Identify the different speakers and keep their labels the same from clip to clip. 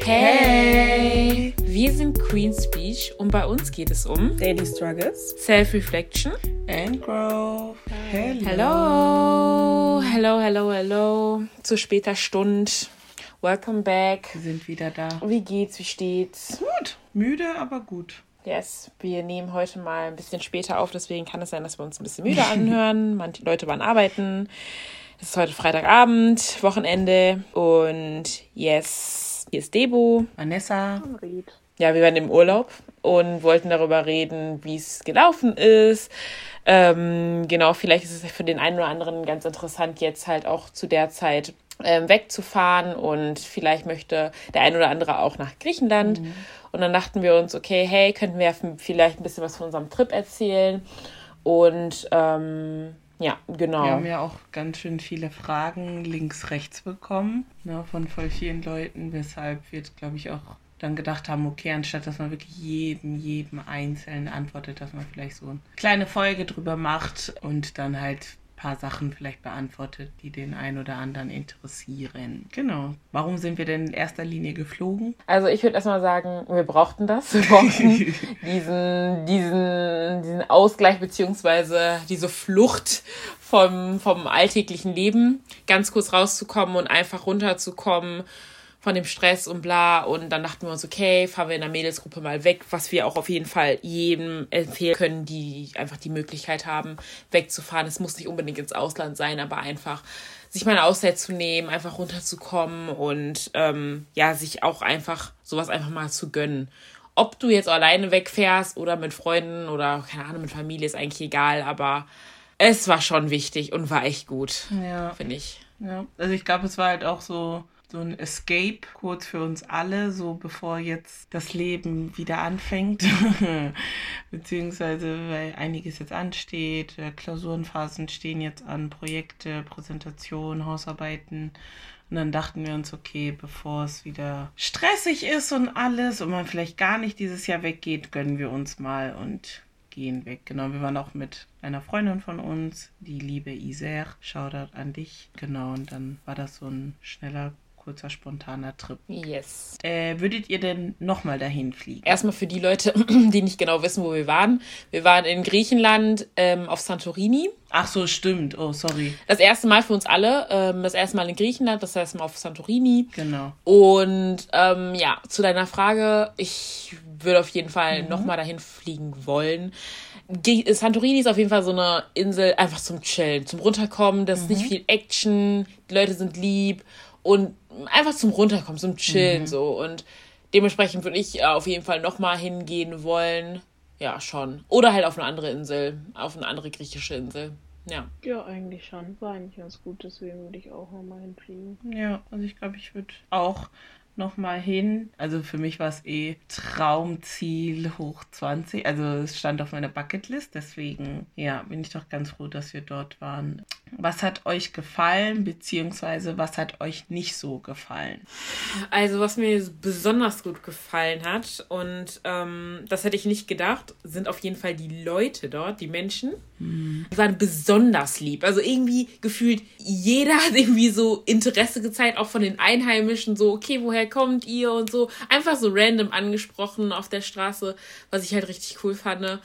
Speaker 1: Hey! Wir sind Queen's Beach und bei uns geht es um
Speaker 2: Daily Struggles,
Speaker 1: Self-Reflection
Speaker 2: and Growth.
Speaker 1: Hello. Zu später Stunde. Welcome back.
Speaker 2: Wir sind wieder da.
Speaker 1: Wie geht's? Wie steht's?
Speaker 2: Gut. Müde, aber gut.
Speaker 1: Yes, wir nehmen heute mal ein bisschen später auf, deswegen kann es sein, dass wir uns ein bisschen müde anhören. Manche Leute waren arbeiten. Es ist heute Freitagabend, Wochenende und yes, hier ist Debo.
Speaker 2: Vanessa.
Speaker 1: Ja, wir waren im Urlaub und wollten darüber reden, wie es gelaufen ist. Genau, vielleicht ist es für den einen oder anderen ganz interessant, jetzt halt auch zu der Zeit wegzufahren und vielleicht möchte der ein oder andere auch nach Griechenland. Und dann dachten wir uns, okay, hey, könnten wir vielleicht ein bisschen was von unserem Trip erzählen und ja, genau.
Speaker 2: Wir haben ja auch ganz schön viele Fragen links, rechts bekommen, ne, von voll vielen Leuten, weshalb wir, glaube ich, auch dann gedacht haben, okay, anstatt dass man wirklich jedem einzeln antwortet, dass man vielleicht so eine kleine Folge drüber macht und dann halt ein paar Sachen vielleicht beantwortet, die den einen oder anderen interessieren. Genau. Warum sind wir denn in erster Linie geflogen?
Speaker 1: Also ich würde erstmal sagen, wir brauchten das. Wir brauchten diesen Ausgleich beziehungsweise diese Flucht vom alltäglichen Leben, ganz kurz rauszukommen und einfach runterzukommen von dem Stress und bla. Und dann dachten wir uns, okay, fahren wir in der Mädelsgruppe mal weg, was wir auch auf jeden Fall jedem empfehlen können, die einfach die Möglichkeit haben, wegzufahren. Es muss nicht unbedingt ins Ausland sein, aber einfach sich mal eine Auszeit zu nehmen, einfach runterzukommen und sich auch einfach sowas einfach mal zu gönnen. Ob du jetzt alleine wegfährst oder mit Freunden oder, keine Ahnung, mit Familie, ist eigentlich egal, aber es war schon wichtig und war echt gut, finde ich.
Speaker 2: Ja, also ich glaube, es war halt auch so ein Escape kurz für uns alle, so bevor jetzt das Leben wieder anfängt, beziehungsweise weil einiges jetzt ansteht, Klausurenphasen stehen jetzt an, Projekte, Präsentationen, Hausarbeiten. Und dann dachten wir uns, okay, bevor es wieder stressig ist und alles und man vielleicht gar nicht dieses Jahr weggeht, gönnen wir uns mal und gehen weg. Genau, wir waren auch mit einer Freundin von uns, die liebe Iser. Shoutout an dich. Genau, und dann war das so ein schneller, kurzer, spontaner Trip.
Speaker 1: Yes.
Speaker 2: Würdet ihr denn nochmal dahin fliegen?
Speaker 1: Erstmal für die Leute, die nicht genau wissen, wo wir waren. Wir waren in Griechenland auf Santorini.
Speaker 2: Ach so, stimmt. Oh, sorry.
Speaker 1: Das erste Mal für uns alle. Das erste Mal in Griechenland, das erste Mal auf Santorini.
Speaker 2: Genau.
Speaker 1: Und zu deiner Frage, ich würde auf jeden Fall nochmal dahin fliegen wollen. Santorini ist auf jeden Fall so eine Insel einfach zum Chillen, zum Runterkommen. Das ist nicht viel Action, die Leute sind lieb und einfach zum Runterkommen, zum Chillen so. Und dementsprechend würde ich auf jeden Fall nochmal hingehen wollen. Ja, schon. Oder halt auf eine andere Insel, auf eine andere griechische Insel. Ja.
Speaker 3: Ja, eigentlich schon. War eigentlich ganz gut, deswegen würde ich auch nochmal hinfliegen.
Speaker 2: Ja, also ich glaube, ich würde auch nochmal hin. Also für mich war es Traumziel hoch 20. Also es stand auf meiner Bucketlist. Deswegen, ja, bin ich doch ganz froh, dass wir dort waren. Was hat euch gefallen, beziehungsweise was hat euch nicht so gefallen?
Speaker 1: Also was mir besonders gut gefallen hat, und das hätte ich nicht gedacht, sind auf jeden Fall die Leute dort, die Menschen. Die waren besonders lieb. Also irgendwie gefühlt, jeder hat irgendwie so Interesse gezeigt, auch von den Einheimischen, so, okay, woher kommt ihr und so. Einfach so random angesprochen auf der Straße, was ich halt richtig cool fand.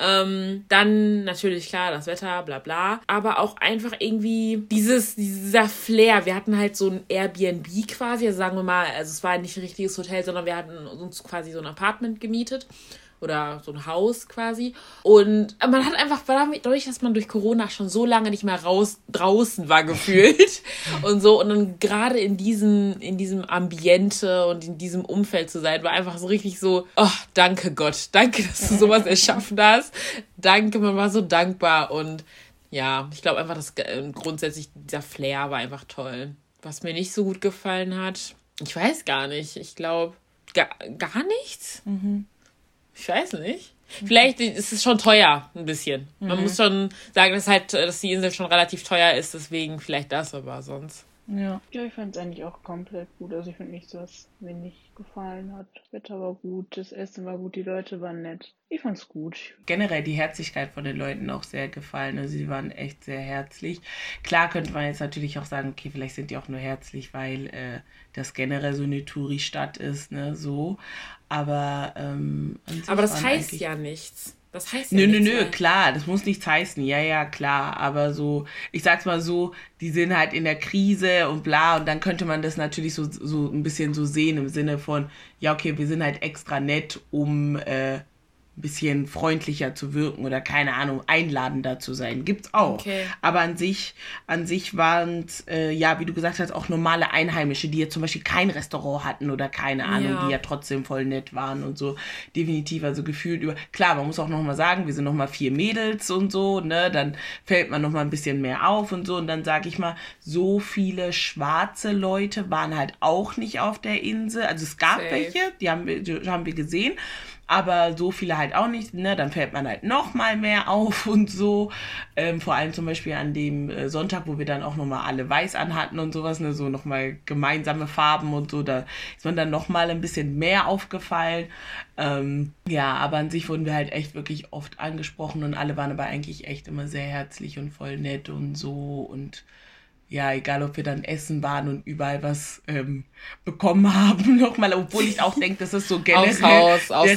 Speaker 1: Dann natürlich, klar, das Wetter, bla bla. Aber auch einfach irgendwie dieser Flair. Wir hatten halt so ein Airbnb quasi, also sagen wir mal, also es war nicht ein richtiges Hotel, sondern wir hatten uns quasi so ein Apartment gemietet. Oder so ein Haus quasi. Und man hat einfach, dadurch, dass man durch Corona schon so lange nicht mehr draußen war gefühlt und so. Und dann gerade in diesem Ambiente und in diesem Umfeld zu sein, war einfach so richtig so, oh, danke Gott. Danke, dass du sowas erschaffen hast. Danke, man war so dankbar. Und ja, ich glaube einfach, dass grundsätzlich dieser Flair war einfach toll. Was mir nicht so gut gefallen hat, ich weiß gar nicht. Ich glaube, gar nichts. Ich weiß nicht. Vielleicht ist es schon teuer, ein bisschen. Man muss schon sagen, dass die Insel schon relativ teuer ist, deswegen vielleicht das, aber sonst.
Speaker 2: Ja.
Speaker 3: Ja, ich fand es eigentlich auch komplett gut. Also ich finde nichts, was mir nicht gefallen hat. Wetter war gut, das Essen war gut, die Leute waren nett. Ich fand's gut.
Speaker 2: Generell die Herzlichkeit von den Leuten auch sehr gefallen. Also sie waren echt sehr herzlich. Klar könnte man jetzt natürlich auch sagen, okay, vielleicht sind die auch nur herzlich, weil das generell so eine Touri-Stadt ist, ne, so. Aber an sich
Speaker 1: Aber das
Speaker 2: waren
Speaker 1: heißt
Speaker 2: eigentlich-
Speaker 1: ja nichts. Das heißt ja
Speaker 2: Nö,
Speaker 1: nichts. weil-
Speaker 2: klar, das muss nichts heißen. Ja, klar. Aber so, ich sag's mal so, die sind halt in der Krise und bla. Und dann könnte man das natürlich so ein bisschen so sehen im Sinne von, ja, okay, wir sind halt extra nett, um ein bisschen freundlicher zu wirken oder keine Ahnung, einladender zu sein. Gibt's auch.
Speaker 1: Okay.
Speaker 2: Aber an sich waren es, ja, wie du gesagt hast, auch normale Einheimische, die jetzt zum Beispiel kein Restaurant hatten oder keine Ahnung,
Speaker 1: Ja.
Speaker 2: die ja trotzdem voll nett waren und so. Definitiv, also gefühlt über. Klar, man muss auch nochmal sagen, wir sind nochmal 4 Mädels und so, ne? Dann fällt man nochmal ein bisschen mehr auf und so. Und dann sage ich mal, so viele schwarze Leute waren halt auch nicht auf der Insel. Also es gab
Speaker 1: Safe.
Speaker 2: welche, die haben wir gesehen. Aber so viele halt auch nicht, ne? Dann fällt man halt noch mal mehr auf und so. Vor allem zum Beispiel an dem Sonntag, wo wir dann auch nochmal alle weiß anhatten und sowas, ne? So nochmal gemeinsame Farben und so. Da ist man dann nochmal ein bisschen mehr aufgefallen. Ja, aber an sich wurden wir halt echt wirklich oft angesprochen und alle waren aber eigentlich echt immer sehr herzlich und voll nett und so. Und ja, egal ob wir dann essen waren und überall was bekommen haben, nochmal, obwohl ich auch denke, das ist so generell.
Speaker 1: Aufs Haus.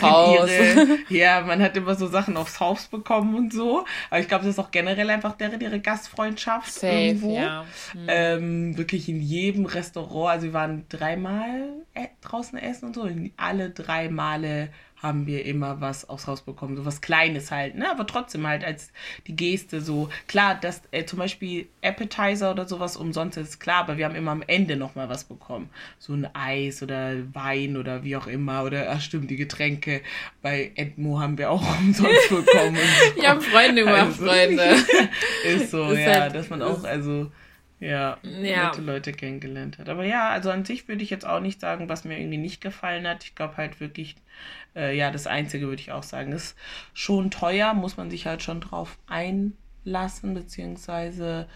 Speaker 2: Ja, man hat immer so Sachen aufs Haus bekommen und so. Aber ich glaube, das ist auch generell einfach ihre Gastfreundschaft
Speaker 1: Safe,
Speaker 2: irgendwo.
Speaker 1: ja.
Speaker 2: Wirklich in jedem Restaurant, also wir waren 3-mal draußen essen und so. Und alle 3 Male haben wir immer was aufs Haus bekommen. So was Kleines halt, ne? Aber trotzdem halt als die Geste so. Klar, dass zum Beispiel Appetizer oder sowas umsonst ist, klar, aber wir haben immer am Ende nochmal was bekommen. So ein Eis oder Wein oder wie auch immer. Oder, ach stimmt, die Getränke bei Edmo haben wir auch umsonst bekommen. Und so.
Speaker 1: Wir haben Freunde gemacht,
Speaker 2: Also,
Speaker 1: Freunde.
Speaker 2: Ist so,
Speaker 1: Ist
Speaker 2: ja,
Speaker 1: halt-
Speaker 2: dass man auch, also, ja,
Speaker 1: Ja.
Speaker 2: nette Leute kennengelernt hat. Aber ja, also an sich würde ich jetzt auch nicht sagen, was mir irgendwie nicht gefallen hat. Ich glaube halt wirklich, ja, das Einzige würde ich auch sagen, ist schon teuer, muss man sich halt schon drauf einlassen, beziehungsweise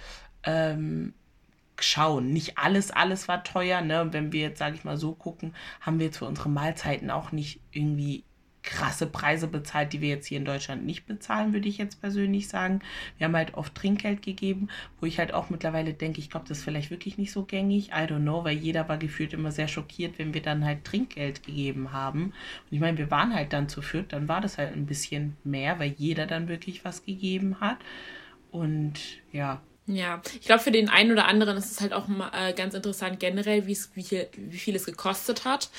Speaker 2: schauen. Nicht alles war teuer, ne? Und wenn wir jetzt, sage ich mal, so gucken, haben wir jetzt für unsere Mahlzeiten auch nicht irgendwie krasse Preise bezahlt, die wir jetzt hier in Deutschland nicht bezahlen, würde ich jetzt persönlich sagen. Wir haben halt oft Trinkgeld gegeben, wo ich halt auch mittlerweile denke, ich glaube, das ist vielleicht wirklich nicht so gängig. I don't know, weil jeder war gefühlt immer sehr schockiert, wenn wir dann halt Trinkgeld gegeben haben. Und ich meine, wir waren halt dann zu viert, dann war das halt ein bisschen mehr, weil jeder dann wirklich was gegeben hat. Und ja,
Speaker 1: Ja, ich glaube, für den einen oder anderen ist es halt auch mal, ganz interessant generell, wie viel es gekostet hat.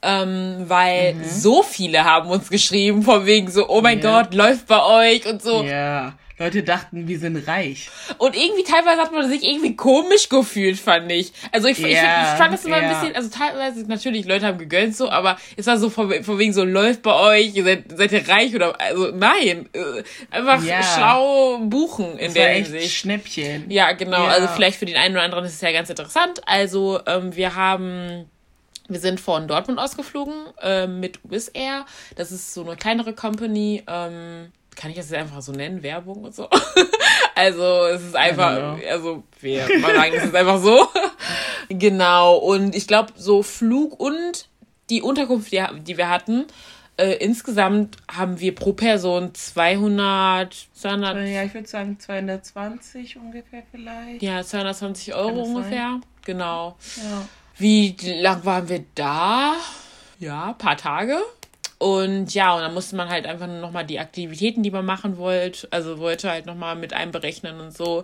Speaker 1: Weil so viele haben uns geschrieben, von wegen so, oh mein
Speaker 2: Ja.
Speaker 1: Gott, läuft bei euch und so.
Speaker 2: ja, Leute dachten, wir sind reich.
Speaker 1: Und irgendwie teilweise hat man sich irgendwie komisch gefühlt, fand ich. Also ich fand das immer ein
Speaker 2: ja.
Speaker 1: bisschen, also teilweise natürlich, Leute haben gegönnt so, aber es war so von wegen so, läuft bei euch, seid ihr reich oder, also nein, einfach
Speaker 2: Ja.
Speaker 1: schlau buchen in
Speaker 2: Das
Speaker 1: der
Speaker 2: war echt
Speaker 1: Hinsicht.
Speaker 2: Schnäppchen.
Speaker 1: Ja, genau.
Speaker 2: Ja.
Speaker 1: Also vielleicht für den einen oder anderen ist es ja ganz interessant. Also wir sind von Dortmund ausgeflogen mit Wizz Air. Das ist so eine kleinere Company. Kann ich das jetzt einfach so nennen? Werbung und so. Also es ist einfach, also wir mal sagen, es ist einfach so. Genau. Und ich glaube, so Flug und die Unterkunft, die wir hatten, insgesamt haben wir pro Person 200,
Speaker 2: Ja, ich würde sagen 220 ungefähr vielleicht.
Speaker 1: ja, 220 Euro
Speaker 2: Kann das sein?
Speaker 1: ungefähr. Genau.
Speaker 2: Ja.
Speaker 1: Wie lang waren wir da? Ja, ein paar Tage. Und ja, und dann musste man halt einfach nur nochmal die Aktivitäten, die man machen wollte, halt nochmal mit einberechnen und so.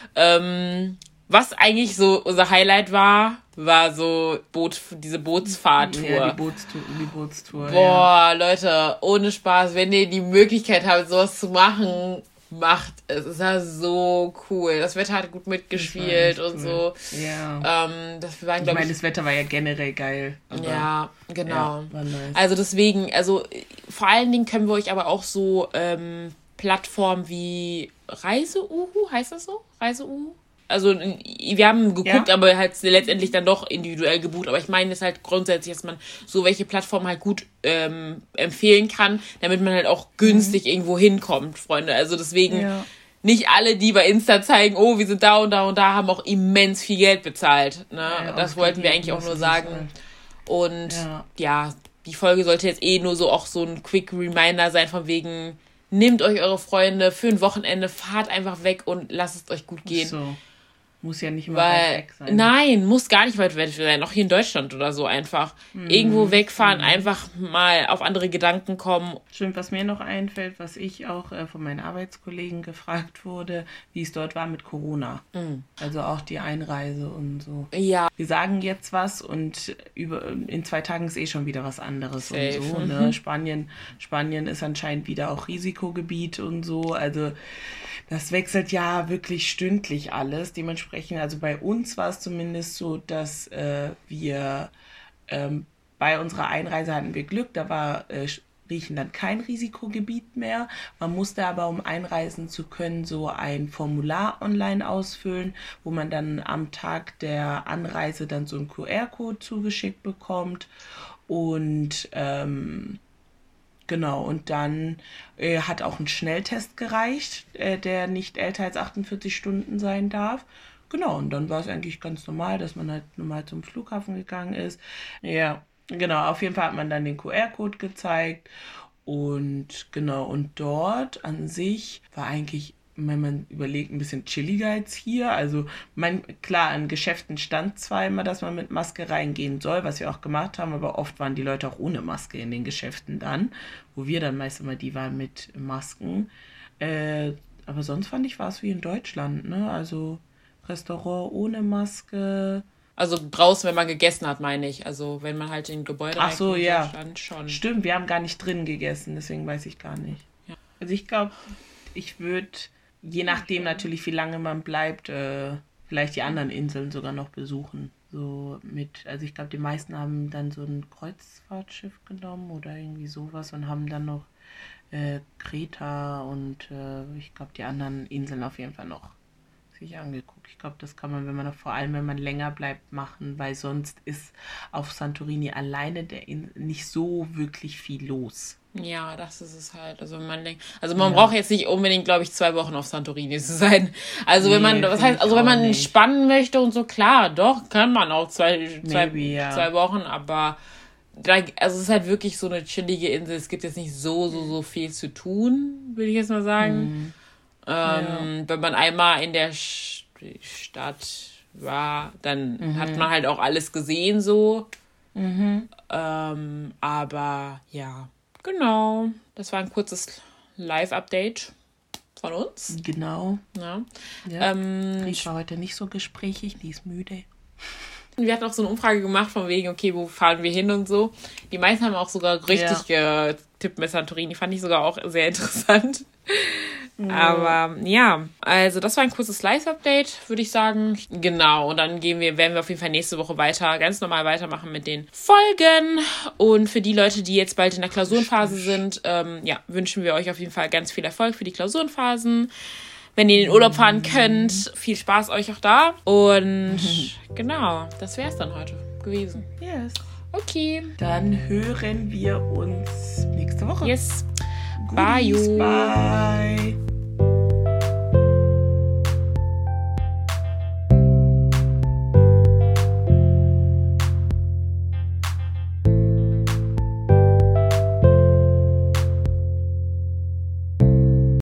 Speaker 1: Was eigentlich so unser Highlight war so diese Bootsfahrtour.
Speaker 2: Ja, die Bootstour. Ja.
Speaker 1: Boah, Leute, ohne Spaß, wenn ihr die Möglichkeit habt, sowas zu machen, macht es. Es war so cool. Das Wetter hat gut mitgespielt
Speaker 2: Das war
Speaker 1: und
Speaker 2: echt
Speaker 1: so.
Speaker 2: Ja.
Speaker 1: Das waren,
Speaker 2: Ich
Speaker 1: glaube
Speaker 2: meine,
Speaker 1: ich,
Speaker 2: das Wetter war ja generell geil. Aber
Speaker 1: ja, genau.
Speaker 2: Ja, war nice.
Speaker 1: Also deswegen, also vor allen Dingen können wir euch aber auch so Plattformen wie Reiseuhu, heißt das so? Reiseuhu? Also wir haben geguckt,
Speaker 2: Ja.
Speaker 1: aber halt letztendlich dann doch individuell gebucht. Aber ich meine es halt grundsätzlich, dass man so welche Plattformen halt gut empfehlen kann, damit man halt auch günstig irgendwo hinkommt, Freunde. Also deswegen,
Speaker 2: Ja.
Speaker 1: nicht alle, die bei Insta zeigen, oh, wir sind da und da und da, haben auch immens viel Geld bezahlt. Ne? Ja, das wollten wir eigentlich auch nur sagen. Und ja, die Folge sollte jetzt nur so auch so ein Quick Reminder sein von wegen, nehmt euch eure Freunde für ein Wochenende, fahrt einfach weg und lasst es euch gut gehen.
Speaker 2: So. Muss ja nicht immer weit weg sein.
Speaker 1: Nein, muss gar nicht weit weg sein. Auch hier in Deutschland oder so einfach. Irgendwo wegfahren, einfach mal auf andere Gedanken kommen.
Speaker 2: Stimmt, was mir noch einfällt, was ich auch von meinen Arbeitskollegen gefragt wurde, wie es dort war mit Corona. Also auch die Einreise und so.
Speaker 1: Ja.
Speaker 2: Wir sagen jetzt was und in 2 Tagen ist schon wieder was anderes.
Speaker 1: Safe.
Speaker 2: Und so. Ne? Spanien ist anscheinend wieder auch Risikogebiet und so. Also das wechselt ja wirklich stündlich alles. Dementsprechend, also bei uns war es zumindest so, dass wir bei unserer Einreise hatten wir Glück. Da war Griechenland kein Risikogebiet mehr. Man musste aber, um einreisen zu können, so ein Formular online ausfüllen, wo man dann am Tag der Anreise dann so einen QR-Code zugeschickt bekommt. Und genau, und dann hat auch ein Schnelltest gereicht, der nicht älter als 48 Stunden sein darf. Genau, und dann war es eigentlich ganz normal, dass man halt normal zum Flughafen gegangen ist. Ja, genau, auf jeden Fall hat man dann den QR-Code gezeigt. Und genau, und dort an sich war eigentlich, wenn man überlegt, ein bisschen chilliger als hier. Also klar, an Geschäften stand zwar immer, dass man mit Maske reingehen soll, was wir auch gemacht haben, aber oft waren die Leute auch ohne Maske in den Geschäften dann, wo wir dann meist immer die waren mit Masken. Aber sonst fand ich, war es wie in Deutschland, ne? Also Restaurant ohne Maske.
Speaker 1: Also draußen, wenn man gegessen hat, meine ich. Also wenn man halt in Gebäude
Speaker 2: Ach so, ja.
Speaker 1: stand, schon.
Speaker 2: Stimmt, wir haben gar nicht drin gegessen, deswegen weiß ich gar nicht. Ja. Also ich glaube, ich würde, je nachdem natürlich, wie lange man bleibt, vielleicht die anderen Inseln sogar noch besuchen. Also ich glaube, die meisten haben dann so ein Kreuzfahrtschiff genommen oder irgendwie sowas und haben dann noch Kreta und ich glaube, die anderen Inseln auf jeden Fall noch sich angeguckt. Ich glaube, das kann man, vor allem wenn man länger bleibt, machen, weil sonst ist auf Santorini alleine nicht so wirklich viel los.
Speaker 1: Ja, das ist es halt. Also wenn man denkt, man braucht jetzt nicht unbedingt, glaube ich, 2 Wochen auf Santorini zu sein. Also wenn man, wenn man entspannen möchte und so, klar, doch, kann man auch zwei Wochen, aber es ist halt wirklich so eine chillige Insel. Es gibt jetzt nicht so viel zu tun, würde ich jetzt mal sagen. Wenn man einmal in der Stadt war, dann hat man halt auch alles gesehen so. Aber ja, genau. Das war ein kurzes Live-Update von uns.
Speaker 2: Genau.
Speaker 1: Ja.
Speaker 2: Ich war heute nicht so gesprächig, die ist müde.
Speaker 1: Wir hatten auch so eine Umfrage gemacht von wegen, okay, wo fahren wir hin und so. Die meisten haben auch sogar richtig getippt mit Santorini. Fand ich sogar auch sehr interessant. Aber ja, also das war ein kurzes Live-Update, würde ich sagen. Genau, und dann werden wir auf jeden Fall nächste Woche ganz normal weitermachen mit den Folgen. Und für die Leute, die jetzt bald in der Klausurenphase sind, wünschen wir euch auf jeden Fall ganz viel Erfolg für die Klausurenphasen. Wenn ihr in den Urlaub fahren könnt, viel Spaß euch auch da. Und genau, das wäre es dann heute gewesen.
Speaker 2: Yes.
Speaker 1: Okay.
Speaker 2: Dann hören wir uns nächste Woche.
Speaker 1: Yes.
Speaker 2: Bye. Bye.